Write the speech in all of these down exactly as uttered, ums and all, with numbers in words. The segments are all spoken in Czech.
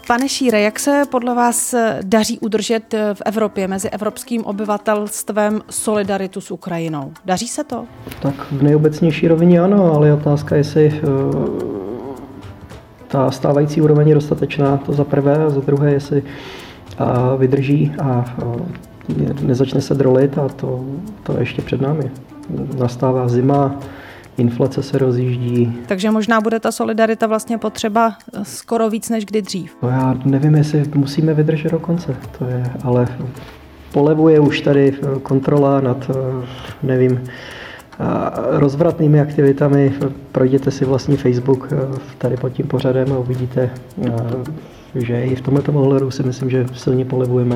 Pane Šíre, jak se podle vás daří udržet v Evropě mezi evropským obyvatelstvem solidaritu s Ukrajinou? Daří se to? Tak v nejobecnější rovině ano, ale je otázka, jestli uh, ta stávající úroveň je dostatečná, to za prvé, a za druhé, jestli uh, vydrží a uh, nezačne se drolit, a to, to je ještě před námi. Nastává zima, inflace se rozjíždí. Takže možná bude ta solidarita vlastně potřeba skoro víc než kdy dřív. No já nevím, jestli musíme vydržet do konce, to je, ale polevuje už tady kontrola nad, nevím, rozvratnými aktivitami. Projděte si vlastní Facebook tady pod tím pořadem a uvidíte, že i v tomto ohledu si myslím, že silně polevujeme,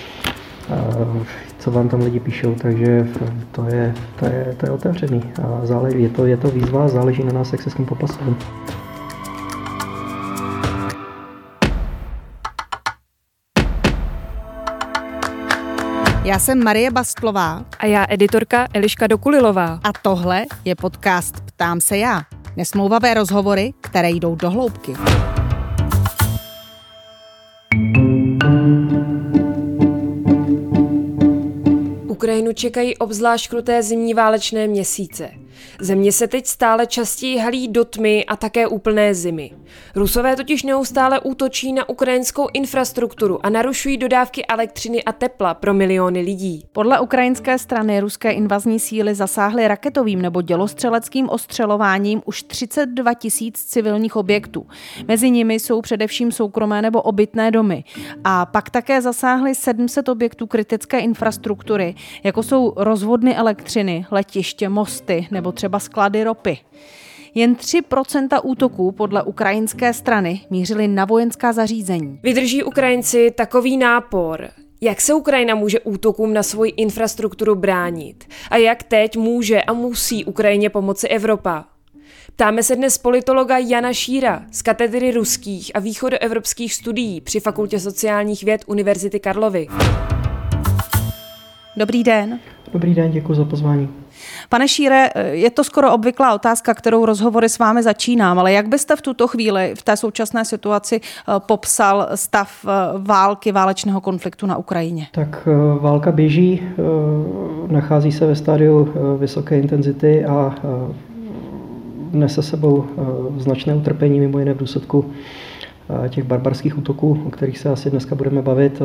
co vám tam lidi píšou, takže to je, to je, to je otevřený a záleží, je to, je to výzva, záleží na nás, jak se s tím popasujeme. Já jsem Marie Bastlová. A já editorka Eliška Dokulilová. A tohle je podcast Ptám se já. Nesmlouvavé rozhovory, které jdou do hloubky. Ukrajinu čekají obzvlášť kruté zimní válečné měsíce. Země se teď stále častěji halí do tmy a také úplné zimy. Rusové totiž neustále útočí na ukrajinskou infrastrukturu a narušují dodávky elektřiny a tepla pro miliony lidí. Podle ukrajinské strany ruské invazní síly zasáhly raketovým nebo dělostřeleckým ostřelováním už třicet dva tisíc civilních objektů. Mezi nimi jsou především soukromé nebo obytné domy. A pak také zasáhly sedm set objektů kritické infrastruktury, jako jsou rozvodny elektřiny, letiště, mosty nebo třeba sklady ropy. Jen tři procenta útoků podle ukrajinské strany mířily na vojenská zařízení. Vydrží Ukrajinci takový nápor? Jak se Ukrajina může útokům na svoji infrastrukturu bránit? A jak teď může a musí Ukrajině pomoci Evropa? Ptáme se dnes politologa Jana Šíra z katedry ruských a východoevropských studií při Fakultě sociálních věd Univerzity Karlovy. Dobrý den. Dobrý den, děkuji za pozvání. Pane Šíre, je to skoro obvyklá otázka, kterou rozhovory s vámi začínám, ale jak byste v tuto chvíli, v té současné situaci popsal stav války, válečného konfliktu na Ukrajině? Tak válka běží, nachází se ve stádiu vysoké intenzity a nese sebou značné utrpení, mimo jiné v důsledku těch barbarských útoků, o kterých se asi dneska budeme bavit,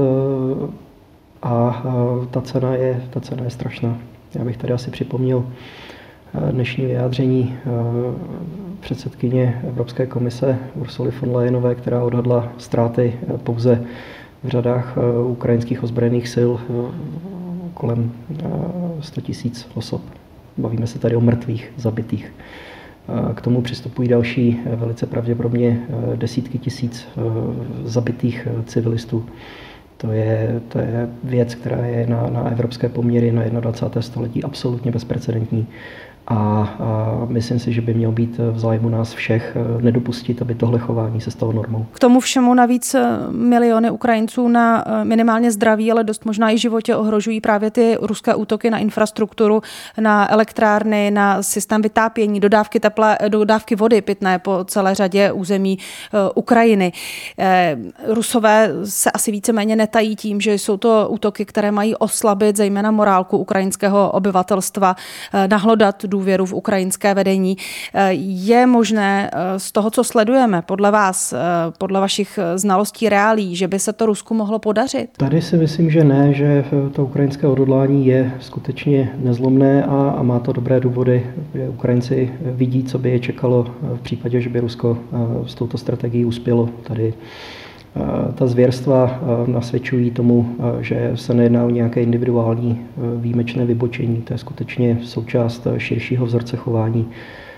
a ta cena je, ta cena je strašná. Já bych tady asi připomněl dnešní vyjádření předsedkyně Evropské komise Ursuly von Leyenové, která odhadla ztráty pouze v řadách ukrajinských ozbrojených sil kolem sto tisíc osob. Bavíme se tady o mrtvých, zabitých. K tomu přistupují další, velice pravděpodobně desítky tisíc zabitých civilistů. To je, to je věc, která je na, na evropské poměry na dvacátém prvním století absolutně bezprecedentní. A, a myslím si, že by mělo být v zájmu nás všech nedopustit, aby tohle chování se stalo normou. K tomu všemu navíc miliony Ukrajinců na minimálně zdraví, ale dost možná i životě ohrožují právě ty ruské útoky na infrastrukturu, na elektrárny, na systém vytápění, dodávky tepla, dodávky vody pitné po celé řadě území Ukrajiny. Rusové se asi víceméně netají tím, že jsou to útoky, které mají oslabit zejména morálku ukrajinského obyvatelstva, nahlodat důvěru v ukrajinské vedení. Je možné z toho, co sledujeme, podle vás, podle vašich znalostí reálí, že by se to Rusku mohlo podařit? Tady si myslím, že ne, že to ukrajinské odhodlání je skutečně nezlomné a, a má to dobré důvody. Ukrajinci vidí, co by je čekalo v případě, že by Rusko s touto strategií uspělo. Tady ta zvěrstva nasvědčují tomu, že se nejedná o nějaké individuální výjimečné vybočení. To je skutečně součást širšího vzorce chování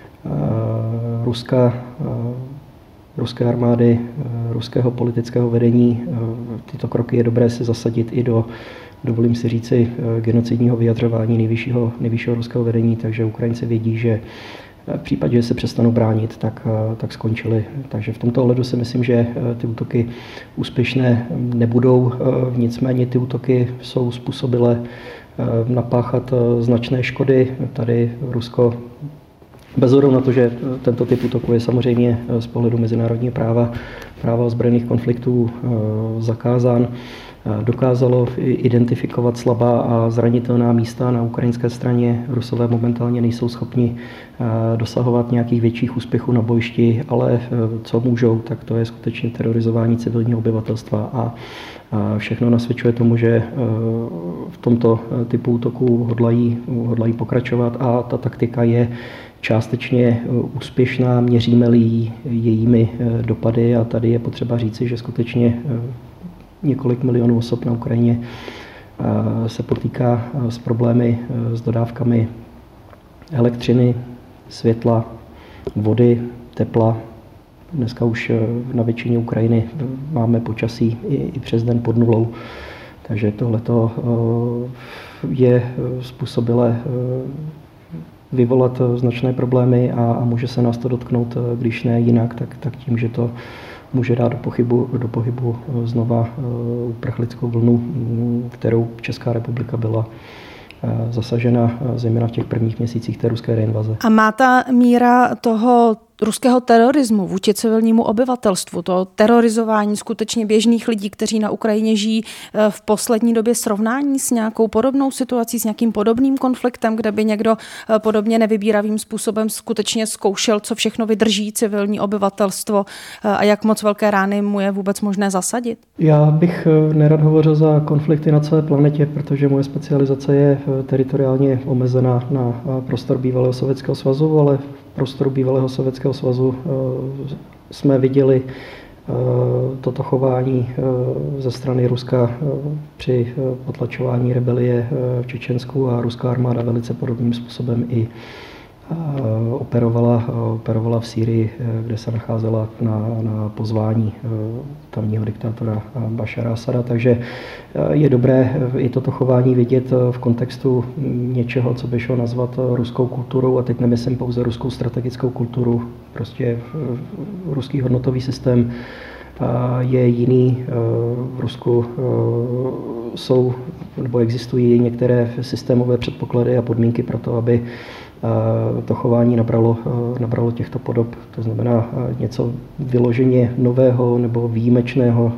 Ruska, ruské armády, ruského politického vedení. Tyto kroky je dobré se zasadit i do, dovolím si říci, genocidního vyjadřování nejvyššího, nejvyššího ruského vedení, takže Ukrajinci vědí, že v případě, že se přestanou bránit, tak, tak skončili. Takže v tomto ohledu si myslím, že ty útoky úspěšné nebudou. Nicméně ty útoky jsou způsobilé napáchat značné škody. Tady Rusko Bez ohledu na to, že tento typ útoku je samozřejmě z pohledu mezinárodního práva, práva ozbrojených konfliktů zakázán, dokázalo identifikovat slabá a zranitelná místa na ukrajinské straně. Rusové momentálně nejsou schopni dosahovat nějakých větších úspěchů na bojišti, ale co můžou, tak to je skutečně terorizování civilního obyvatelstva a všechno nasvědčuje tomu, že v tomto typu útoků hodlají, hodlají pokračovat a ta taktika je částečně úspěšná, měříme-li jejími dopady a tady je potřeba říci, že skutečně několik milionů osob na Ukrajině se potýká s problémy s dodávkami elektřiny, světla, vody, tepla. Dneska už na většině Ukrajiny máme počasí i přes den pod nulou, takže tohleto je způsobilé vyvolat značné problémy a, a může se nás to dotknout, když ne jinak, tak, tak tím, že to může dát do pohybu, do pohybu znova uprchlickou vlnu, kterou Česká republika byla zasažena zejména v těch prvních měsících té ruské reinvaze. A má ta míra toho ruského terorismu vůči civilnímu obyvatelstvu, to terorizování skutečně běžných lidí, kteří na Ukrajině žijí, v poslední době srovnání s nějakou podobnou situací, s nějakým podobným konfliktem, kde by někdo podobně nevybíravým způsobem skutečně zkoušel, co všechno vydrží civilní obyvatelstvo a jak moc velké rány mu je vůbec možné zasadit? Já bych nerad hovořil za konflikty na celé planetě, protože moje specializace je teritoriálně omezená na prostor bývalého Sovětského svazu, ale prostoru bývalého Sovětského svazu jsme viděli toto chování ze strany Ruska při potlačování rebelie v Čečensku a ruská armáda velice podobným způsobem i operovala, operovala v Sýrii, kde se nacházela na, na pozvání tamního diktátora Bašara Asada. Takže je dobré i toto chování vidět v kontextu něčeho, co by šlo nazvat ruskou kulturou. A teď nemyslím pouze ruskou strategickou kulturu. Prostě ruský hodnotový systém je jiný. V Rusku jsou nebo existují některé systémové předpoklady a podmínky pro to, aby to chování nabralo, nabralo těchto podob. To znamená něco vyloženě nového nebo výjimečného,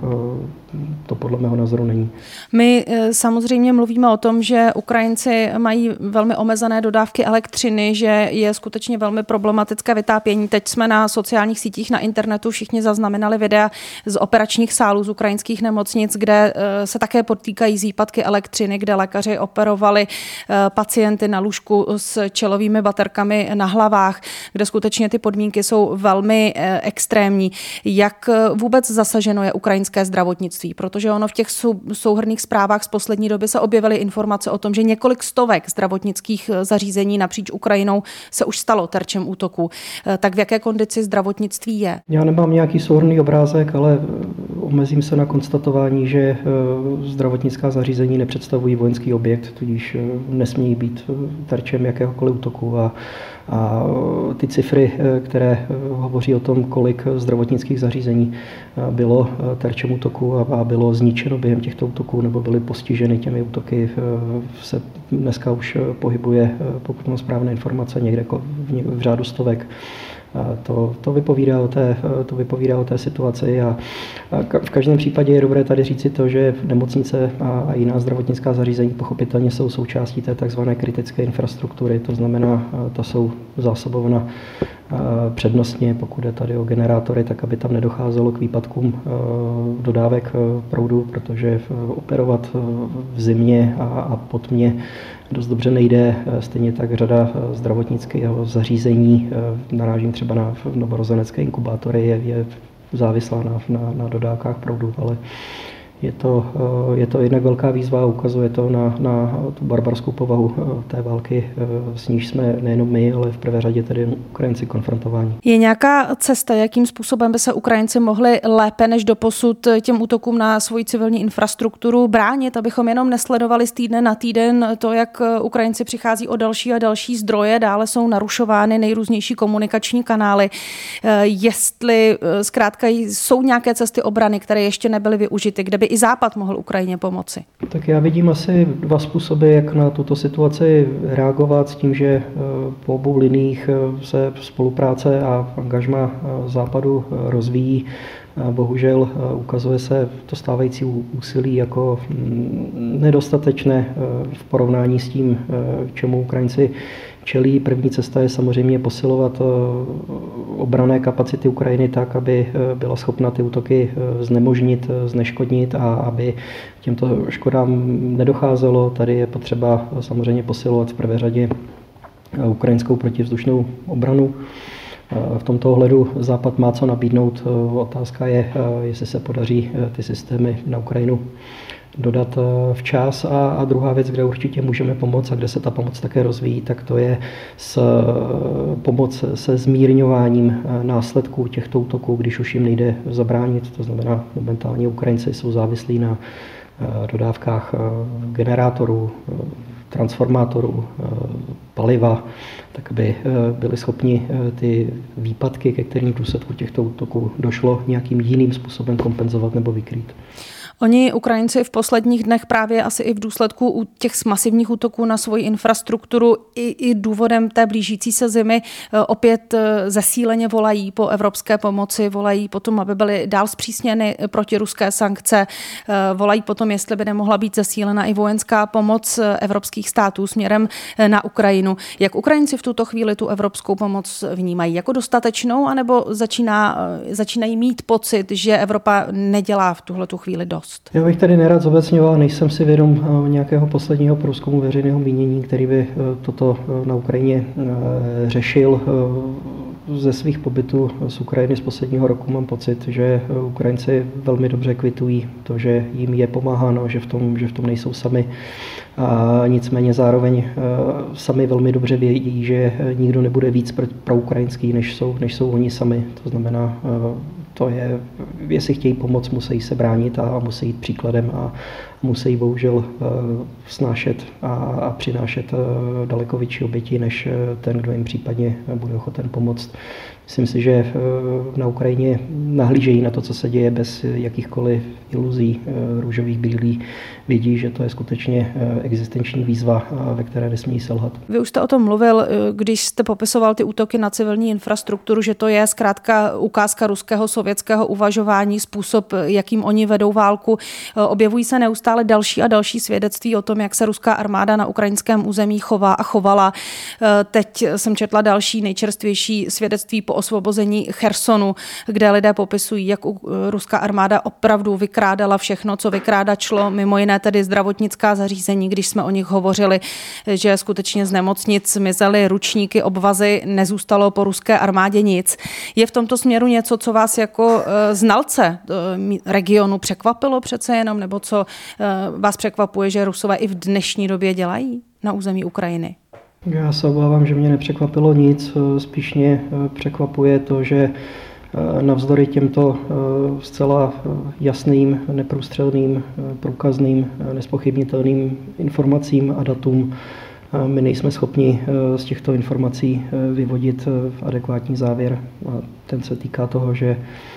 to podle mého názoru není. My samozřejmě mluvíme o tom, že Ukrajinci mají velmi omezené dodávky elektřiny, že je skutečně velmi problematické vytápění. Teď jsme na sociálních sítích, na internetu všichni zaznamenali videa z operačních sálů z ukrajinských nemocnic, kde se také potýkají s výpadky elektřiny, kde lékaři operovali pacienty na lůžku s čelovými baterkami na hlavách, kde skutečně ty podmínky jsou velmi extrémní. Jak vůbec zasaženo je ukrajinské zdravotnictví? Protože ono v těch souhrnných zprávách z poslední doby se objevily informace o tom, že několik stovek zdravotnických zařízení napříč Ukrajinou se už stalo terčem útoku. Tak v jaké kondici zdravotnictví je? Já nemám nějaký souhrnný obrázek, ale omezím se na konstatování, že zdravotnická zařízení nepředstavují vojenský objekt, tudíž nesmí být terčem jakéhokoliv útoku. A, a ty cifry, které hovoří o tom, kolik zdravotnických zařízení bylo terčem útoku a bylo zničeno během těchto útoků nebo byly postiženy těmi útoky, se dneska už pohybuje, pokud mám správné informace, někde v řádu stovek. To, to, vypovídá o té, to vypovídá o té situaci a, a v každém případě je dobré tady říci to, že nemocnice a, a jiná zdravotnická zařízení pochopitelně jsou součástí té takzvané kritické infrastruktury, to znamená, ta jsou zásobována přednostně, pokud je tady o generátory, tak aby tam nedocházelo k výpadkům dodávek proudu, protože operovat v zimě a, a pod tmě dost dobře nejde. Stejně tak řada zdravotnického zařízení, narážím třeba na novorozenecké inkubátory, je, je závislá na, na, na dodávkách proudu, ale je to, je to jednak velká výzva a ukazuje to na, na tu barbarskou povahu té války, s níž jsme nejenom my, ale v prvé řadě tedy Ukrajinci konfrontováni. Je nějaká cesta, jakým způsobem by se Ukrajinci mohli lépe než doposud těm útokům na svoji civilní infrastrukturu bránit, abychom jenom nesledovali z týdne na týden to, jak Ukrajinci přichází o další a další zdroje, dále jsou narušovány nejrůznější komunikační kanály. Jestli zkrátka jsou nějaké cesty obrany, které ještě nebyly využity, kde by i Západ mohl Ukrajině pomoci? Tak já vidím asi dva způsoby, jak na tuto situaci reagovat s tím, že po obou liních se spolupráce a angažma Západu rozvíjí. Bohužel ukazuje se to stávající úsilí jako nedostatečné v porovnání s tím, čemu Ukrajinci čelí. První cesta je samozřejmě posilovat obranné kapacity Ukrajiny tak, aby byla schopna ty útoky znemožnit, zneškodnit a aby těmto škodám nedocházelo. Tady je potřeba samozřejmě posilovat v prvé řadě ukrajinskou protivzdušnou obranu. V tomto ohledu Západ má co nabídnout. Otázka je, jestli se podaří ty systémy na Ukrajinu dodat včas. A, a druhá věc, kde určitě můžeme pomoct a kde se ta pomoc také rozvíjí, tak to je s pomoc se zmírňováním následků těchto útoků, když už jim nejde zabránit. To znamená, momentálně Ukrajinci jsou závislí na dodávkách generátorů, transformátorů, paliva, tak aby byli schopni ty výpadky, ke kterým v důsledku těchto útoků došlo, nějakým jiným způsobem kompenzovat nebo vykrýt. Oni, Ukrajinci, v posledních dnech právě asi i v důsledku těch masivních útoků na svoji infrastrukturu i, i důvodem té blížící se zimy opět zesíleně volají po evropské pomoci, volají potom, aby byly dál zpřísněny protiruské sankce, volají potom, jestli by nemohla být zesílena i vojenská pomoc evropských států směrem na Ukrajinu. Jak Ukrajinci v tuto chvíli tu evropskou pomoc vnímají? Jako dostatečnou, anebo začíná, začínají mít pocit, že Evropa nedělá v tuhletu chvíli dost? Já bych tady nerad zobecňoval, nejsem si vědom nějakého posledního průzkumu veřejného mínění, který by toto na Ukrajině řešil. Ze svých pobytů z Ukrajiny z posledního roku mám pocit, že Ukrajinci velmi dobře kvitují to, že jim je pomáháno, že v tom, že v tom nejsou sami. A nicméně zároveň sami velmi dobře vědí, že nikdo nebude víc proukrajinský, než jsou, než jsou oni sami. To znamená, to je, jestli chtějí pomoct, musí se bránit a musí jít příkladem a musí bohužel snášet a, a přinášet daleko větší oběti, než ten, kdo jim případně bude ochoten pomoct. Myslím si, že na Ukrajině nahlížejí na to, co se děje, bez jakýchkoliv iluzí růžových brýlí. Vědí, že to je skutečně existenční výzva, ve které nesmí selhat. Vy už jste o tom mluvil, když jste popisoval ty útoky na civilní infrastrukturu, že to je zkrátka ukázka ruského sovětského uvažování, způsob, jakým oni vedou válku. Objevují se neustále další a další svědectví o tom, jak se ruská armáda na ukrajinském území chová a chovala. Teď jsem četla další nejčerstvější svědectví po osvobození Chersonu, kde lidé popisují, jak ruská armáda opravdu vykrádala všechno, co vykrádat šlo, mimo jiné tedy zdravotnická zařízení, když jsme o nich hovořili, že skutečně z nemocnic zmizely ručníky, obvazy, nezůstalo po ruské armádě nic. Je v tomto směru něco, co vás jako znalce regionu překvapilo přece jenom, nebo co vás překvapuje, že Rusové i v dnešní době dělají na území Ukrajiny? Já se obávám, že mě nepřekvapilo nic, spíš mě překvapuje to, že navzdory těmto zcela jasným, neprůstřelným, průkazným, nespochybnitelným informacím a datům my nejsme schopni z těchto informací vyvodit adekvátní závěr. A ten se týká toho, že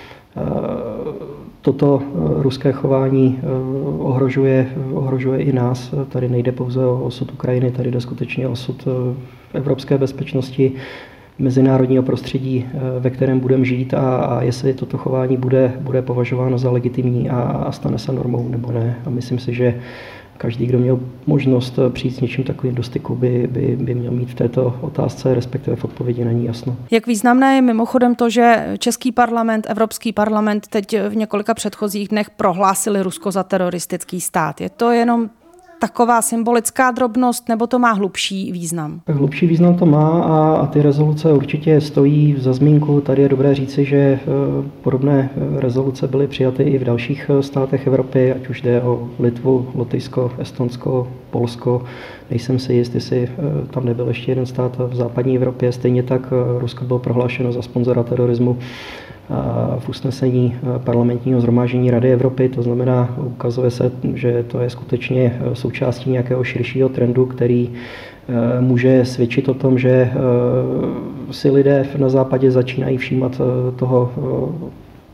toto ruské chování ohrožuje, ohrožuje i nás. Tady nejde pouze o osud Ukrajiny, tady jde skutečně o osud evropské bezpečnosti, mezinárodního prostředí, ve kterém budeme žít a, a jestli toto chování bude, bude považováno za legitimní a, a stane se normou nebo ne. A myslím si, že každý, kdo měl možnost přijít s něčím takovým do styku, by, by, by měl mít v této otázce, respektive v odpovědi na ní jasno. Jak významné je mimochodem to, že Český parlament, Evropský parlament teď v několika předchozích dnech prohlásili Rusko za teroristický stát. Je to jenom taková symbolická drobnost, nebo to má hlubší význam? Hlubší význam to má a, a ty rezoluce určitě stojí za zmínku. Tady je dobré říci, že podobné rezoluce byly přijaty i v dalších státech Evropy, ať už jde o Litvu, Lotyšsko, Estonsko, Polsko. Nejsem si jist, jestli tam nebyl ještě jeden stát v západní Evropě. Stejně tak Rusko bylo prohlášeno za sponzora terorismu v usnesení parlamentního shromáždění Rady Evropy. To znamená, ukazuje se, že to je skutečně součástí nějakého širšího trendu, který může svědčit o tom, že si lidé na západě začínají všímat toho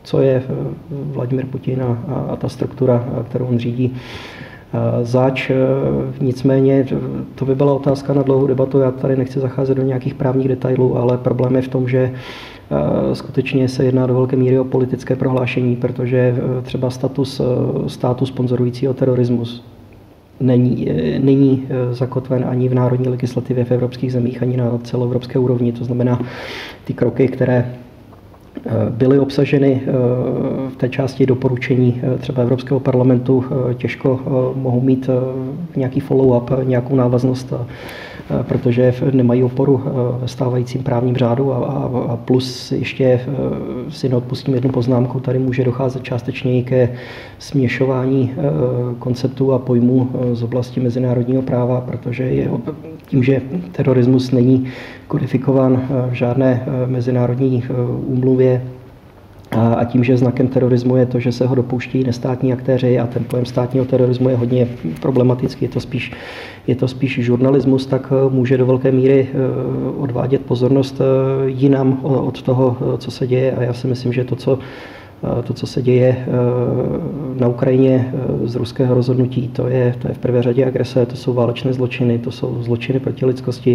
co je Vladimir Putin a, a ta struktura, kterou on řídí, zač. Nicméně to by byla otázka na dlouhou debatu, já tady nechci zacházet do nějakých právních detailů, ale problém je v tom, že skutečně se jedná do velké míry o politické prohlášení, protože třeba status státu sponzorujícího terorismus není, není zakotven ani v národní legislativě v evropských zemích, ani na celoevropské úrovni. To znamená, ty kroky, které byly obsaženy v té části doporučení třeba Evropského parlamentu, těžko mohou mít nějaký follow-up, nějakou návaznost, protože nemají oporu ve stávajícím právním řádu a plus ještě si neodpustím jednu poznámku, tady může docházet částečně i ke směšování konceptů a pojmů z oblasti mezinárodního práva, protože je, tím, že terorismus není kodifikován v žádné mezinárodní úmluvě, a tím, že znakem terorismu je to, že se ho dopouští nestátní aktéři a ten pojem státního terorismu je hodně problematický, je to spíš, je to spíš žurnalismus, tak může do velké míry odvádět pozornost jinam od toho, co se děje. A já si myslím, že to, co, to, co se děje na Ukrajině z ruského rozhodnutí, to je, to je v prvé řadě agrese, to jsou válečné zločiny, to jsou zločiny proti lidskosti.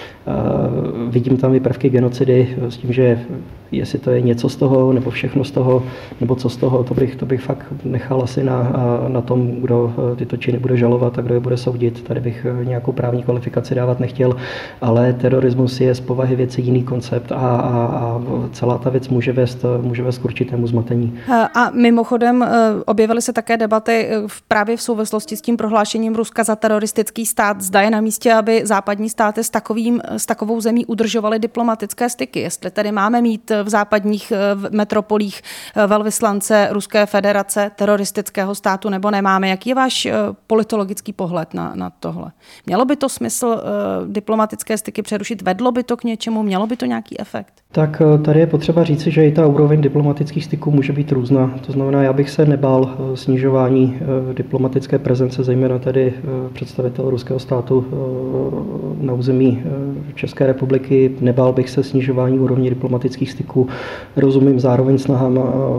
Vidím tam i prvky genocidy s tím, že jestli to je něco z toho, nebo všechno z toho, nebo co z toho, to bych, to bych fakt nechal asi na, na tom, kdo tyto činy bude žalovat a kdo je bude soudit. Tady bych nějakou právní kvalifikaci dávat nechtěl, ale terorismus je z povahy věci jiný koncept a, a, a celá ta věc může vést, může vést k určitému zmatení. A mimochodem objevily se také debaty právě v souvislosti s tím prohlášením Ruska za teroristický stát. Zda je na místě, aby západní státy s takovým s takovou zemí udržovaly diplomatické styky. Jestli tedy máme mít v západních metropolích velvyslance Ruské federace teroristického státu nebo nemáme. Jaký je váš politologický pohled na, na tohle? Mělo by to smysl uh, diplomatické styky přerušit? Vedlo by to k něčemu? Mělo by to nějaký efekt? Tak tady je potřeba říci, že i ta úroveň diplomatických styků může být různá. To znamená, já bych se nebál snižování diplomatické prezence, zejména tedy představitelů ruského státu na území České republiky. Nebál bych se snižování úrovně diplomatických styků. Rozumím zároveň snahám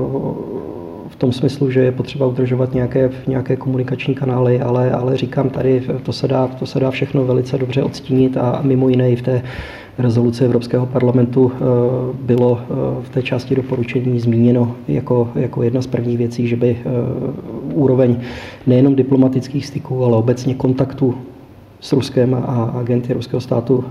v tom smyslu, že je potřeba udržovat nějaké, nějaké komunikační kanály, ale, ale říkám tady, to se, dá, to se dá všechno velice dobře odstínit a mimo jiné i v té rezoluci Evropského parlamentu bylo v té části doporučení zmíněno jako, jako jedna z prvních věcí, že by úroveň nejenom diplomatických styků, ale obecně kontaktu s Ruskem a agenty ruského státu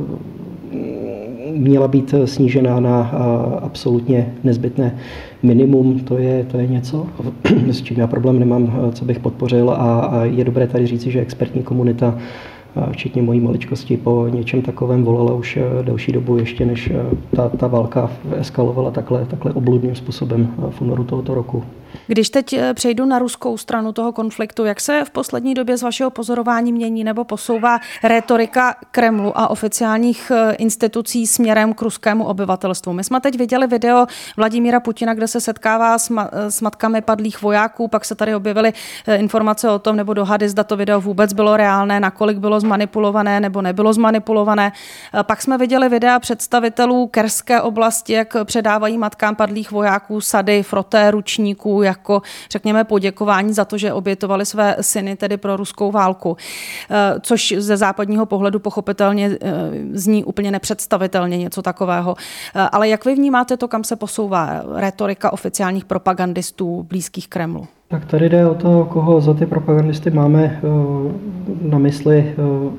měla být snížená na absolutně nezbytné minimum. To je, to je něco, s čím já problém nemám, co bych podpořil a je dobré tady říci, že expertní komunita včetně mojí maličkosti po něčem takovém volala už delší dobu, ještě než ta, ta válka eskalovala takhle, takhle obludným způsobem v únoru tohoto roku. Když teď přejdu na ruskou stranu toho konfliktu, jak se v poslední době z vašeho pozorování mění nebo posouvá rétorika Kremlu a oficiálních institucí směrem k ruskému obyvatelstvu? My jsme teď viděli video Vladimíra Putina, kde se setkává s, ma- s matkami padlých vojáků, pak se tady objevily informace o tom, nebo dohady, zda to video vůbec bylo reálné, nakolik bylo zmanipulované nebo nebylo zmanipulované. Pak jsme viděli videa představitelů Kerské oblasti, jak předávají matkám padlých vojáků sady, froté, ručníků, jako řekněme poděkování za to, že obětovali své syny tedy pro ruskou válku. Což ze západního pohledu pochopitelně zní úplně nepředstavitelně něco takového. Ale jak vy vnímáte to, kam se posouvá rétorika oficiálních propagandistů blízkých Kremlu? Tak tady jde o to, koho za ty propagandisty máme na mysli.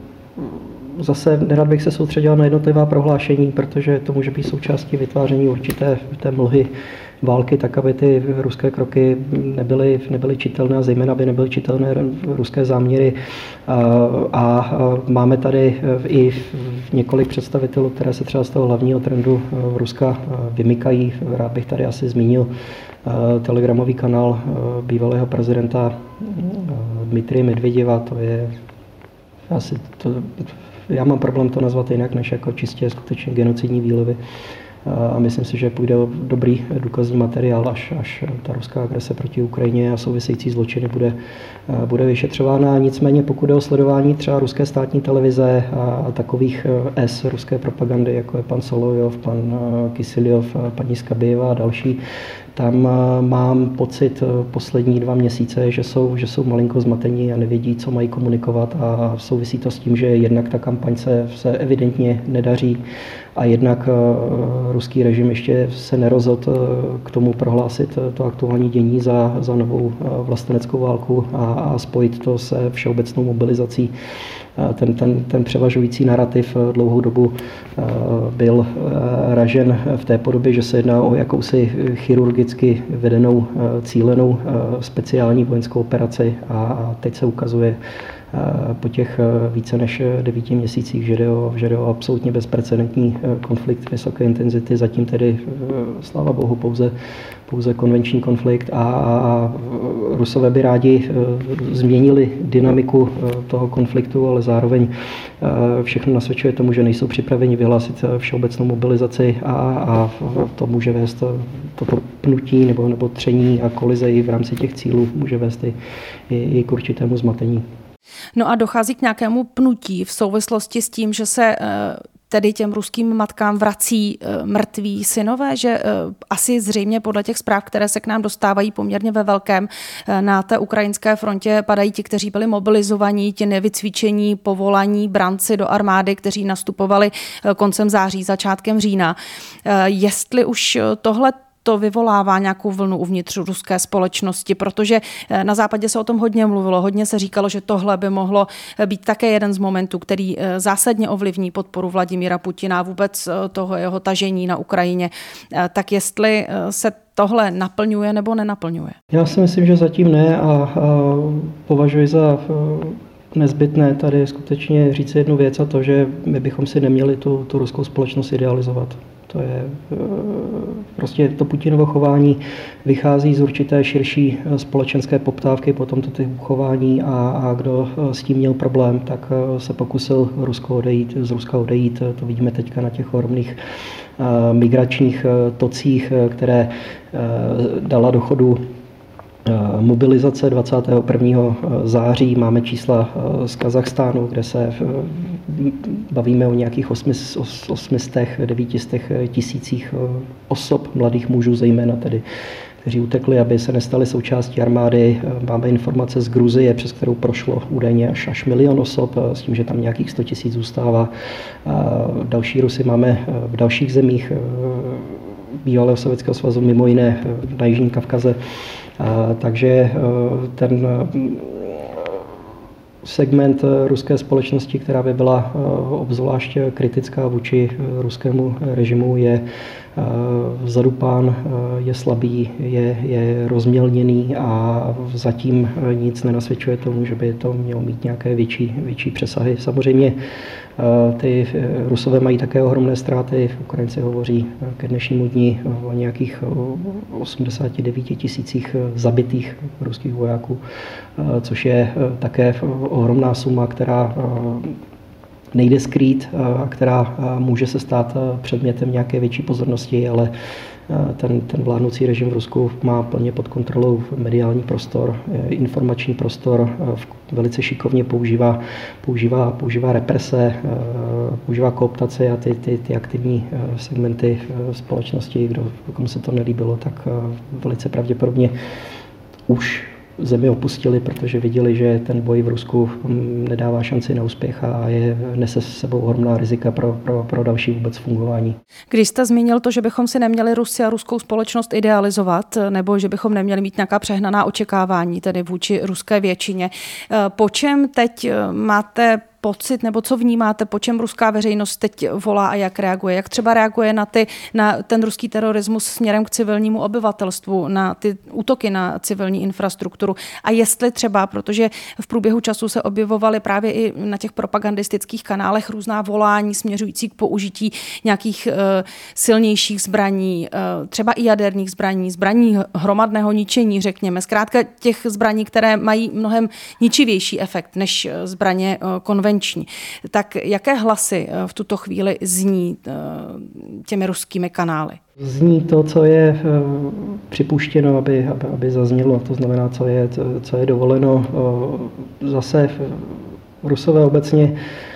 Zase nerad bych se soustředil na jednotlivá prohlášení, protože to může být součástí vytváření určité té mlhy války, tak aby ty ruské kroky nebyly, nebyly čitelné a zejména by nebyly čitelné ruské záměry. A, a máme tady i několik představitelů, které se třeba z toho hlavního trendu v Ruska vymykají. Rád bych tady asi zmínil telegramový kanál bývalého prezidenta Dmitrije Medvěděva. To je asi to, já mám problém to nazvat jinak, než jako čistě skutečně genocidní výlevy. A myslím si, že půjde o dobrý důkazní materiál, až, až ta ruská agrese proti Ukrajině a související zločiny bude, bude vyšetřována. Nicméně pokud jde o sledování třeba ruské státní televize a, a takových S ruské propagandy, jako je pan Solovjov, pan Kysiljov, paní Skabejeva a další, tam mám pocit poslední dva měsíce, že jsou, že jsou malinko zmatení a nevědí, co mají komunikovat a souvisí to s tím, že jednak ta kampaň se, se evidentně nedaří a jednak ruský režim ještě se nerozhodl k tomu prohlásit to aktuální dění za, za novou vlasteneckou válku a, a spojit to se všeobecnou mobilizací. Ten, ten, ten převažující narrativ dlouhou dobu byl ražen v té podobě, že se jedná o jakousi chirurgicky vedenou, cílenou speciální vojenskou operaci a teď se ukazuje po těch více než devíti měsících, že jde o, že jde o absolutně bezprecedentní konflikt vysoké intenzity, zatím tedy sláva bohu pouze, pouze konvenční konflikt a, a Rusové by rádi změnili dynamiku toho konfliktu, ale zároveň všechno nasvědčuje tomu, že nejsou připraveni vyhlásit všeobecnou mobilizaci a, a to může vést toto pnutí nebo, nebo tření a kolize i v rámci těch cílů může vést i, i, i k určitému zmatení. No a dochází k nějakému pnutí v souvislosti s tím, že se tedy těm ruským matkám vrací mrtví synové, že asi zřejmě podle těch zpráv, které se k nám dostávají poměrně ve velkém, na té ukrajinské frontě padají ti, kteří byli mobilizovaní, ti nevycvičení, povolaní branci do armády, kteří nastupovali koncem září, začátkem října. Jestli už tohle to vyvolává nějakou vlnu uvnitř ruské společnosti, protože na západě se o tom hodně mluvilo, hodně se říkalo, že tohle by mohlo být také jeden z momentů, který zásadně ovlivní podporu Vladimíra Putina a vůbec toho jeho tažení na Ukrajině. Tak jestli se tohle naplňuje nebo nenaplňuje? Já si myslím, že zatím ne a, a považuji za nezbytné tady skutečně říct jednu věc a to, že my bychom si neměli tu, tu ruskou společnost idealizovat. To je prostě to Putinovo chování vychází z určité širší společenské poptávky po tomto typu chování a, a kdo s tím měl problém, tak se pokusil Rusko odejít, z Ruska odejít. To vidíme teďka na těch ohromných migračních tocích, které dala do chodu mobilizace dvacátého prvního září. Máme čísla z Kazachstánu, kde se bavíme o nějakých osmistech, devítistech tisících osob, mladých mužů zejména tedy, kteří utekli, aby se nestali součástí armády. Máme informace z Gruzie, přes kterou prošlo údajně až, až milion osob, s tím, že tam nějakých sto tisíc zůstává. Další Rusy máme v dalších zemích bývalého Sovětského svazu, mimo jiné na Jižním Kavkaze. Takže ten segment ruské společnosti, která by byla obzvlášť kritická vůči ruskému režimu, je zadupán, je slabý, je, je rozmělněný a zatím nic nenasvědčuje tomu, že by to mělo mít nějaké větší, větší přesahy. Samozřejmě ty Rusové mají také ohromné ztráty. Ukrajinci hovoří ke dnešnímu dni o nějakých osmdesáti devíti tisících zabitých ruských vojáků, což je také ohromná suma, která nejde skrýt a která může se stát předmětem nějaké větší pozornosti, ale ten, ten vládnoucí režim v Rusku má plně pod kontrolou mediální prostor, informační prostor, velice šikovně používá, používá, používá represe, používá kooptaci a ty, ty, ty aktivní segmenty společnosti, kdo, komu se to nelíbilo, tak velice pravděpodobně už zemi opustili, protože viděli, že ten boj v Rusku nedává šanci na úspěch a je, nese s sebou ohromná rizika pro, pro, pro další vůbec fungování. Když jste zmínil to, že bychom si neměli Rusy a ruskou společnost idealizovat, nebo že bychom neměli mít nějaká přehnaná očekávání, tedy vůči ruské většině, po čem teď máte pocit, nebo co vnímáte, po čem ruská veřejnost teď volá a jak reaguje? Jak třeba reaguje na, ty, na ten ruský terorismus směrem k civilnímu obyvatelstvu, na ty útoky na civilní infrastrukturu? A jestli třeba, protože v průběhu času se objevovaly právě i na těch propagandistických kanálech různá volání směřující k použití nějakých uh, silnějších zbraní, uh, třeba i jaderných zbraní, zbraní hromadného ničení, řekněme. Zkrátka těch zbraní, které mají mnohem ničivější efekt než zbraně uh, konvenční. Tak jaké hlasy v tuto chvíli zní těmi ruskými kanály? Zní to, co je připuštěno, aby, aby, aby zaznělo, to znamená, co je, co je dovoleno. Zase Rusové obecně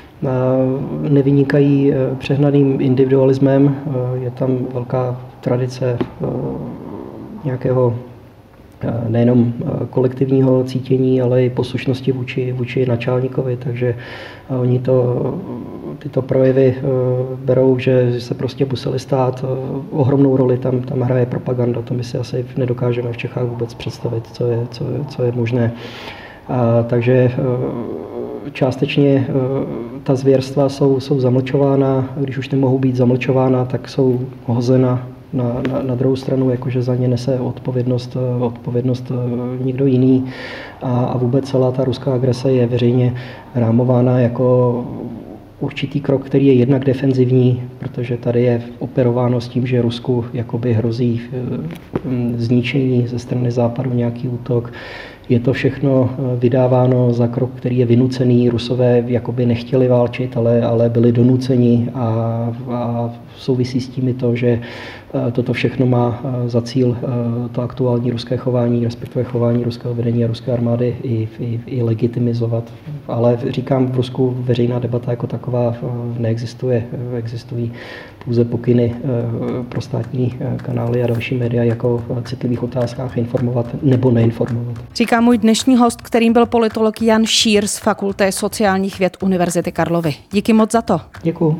nevynikají přehnaným individualismem, je tam velká tradice nějakého nejenom kolektivního cítění, ale i poslušnosti vůči, vůči načálníkovi, takže oni to, tyto projevy berou, že se prostě museli stát, ohromnou roli tam, tam hraje propaganda, to my si asi nedokážeme v Čechách vůbec představit, co je, co, co je možné. A, takže částečně ta zvěrstva jsou, jsou zamlčována, když už nemohou být zamlčována, tak jsou hozena Na, na, na druhou stranu, jakože za ně nese odpovědnost, odpovědnost někdo jiný a, a vůbec celá ta ruská agrese je veřejně rámována jako určitý krok, který je jednak defenzivní, protože tady je operováno s tím, že Rusku jakoby hrozí zničení ze strany západu, nějaký útok. Je to všechno vydáváno za krok, který je vynucený. Rusové jakoby nechtěli válčit, ale, ale byli donuceni a, a souvisí s tím i to, že toto všechno má za cíl to aktuální ruské chování, respektive chování ruského vedení a ruské armády i, i, i legitimizovat. Ale říkám, v Rusku veřejná debata jako taková neexistuje. Existují pouze pokyny pro státní kanály a další média, jako o citlivých otázkách informovat nebo neinformovat. Říká můj dnešní host, kterým byl politolog Jan Šír z Fakulty sociálních věd Univerzity Karlovy. Díky moc za to. Děkuju.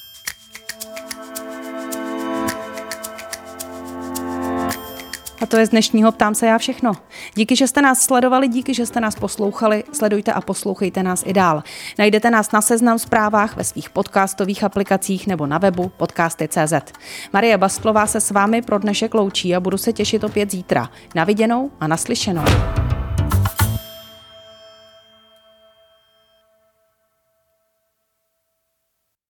A to je z dnešního Ptám se já všechno. Díky, že jste nás sledovali, díky, že jste nás poslouchali. Sledujte a poslouchejte nás i dál. Najdete nás na Seznam Zprávách, ve svých podcastových aplikacích nebo na webu podcasty tečka cé zet. Marie Bastlová se s vámi pro dnešek loučí a budu se těšit opět zítra. Na viděnou a naslyšenou.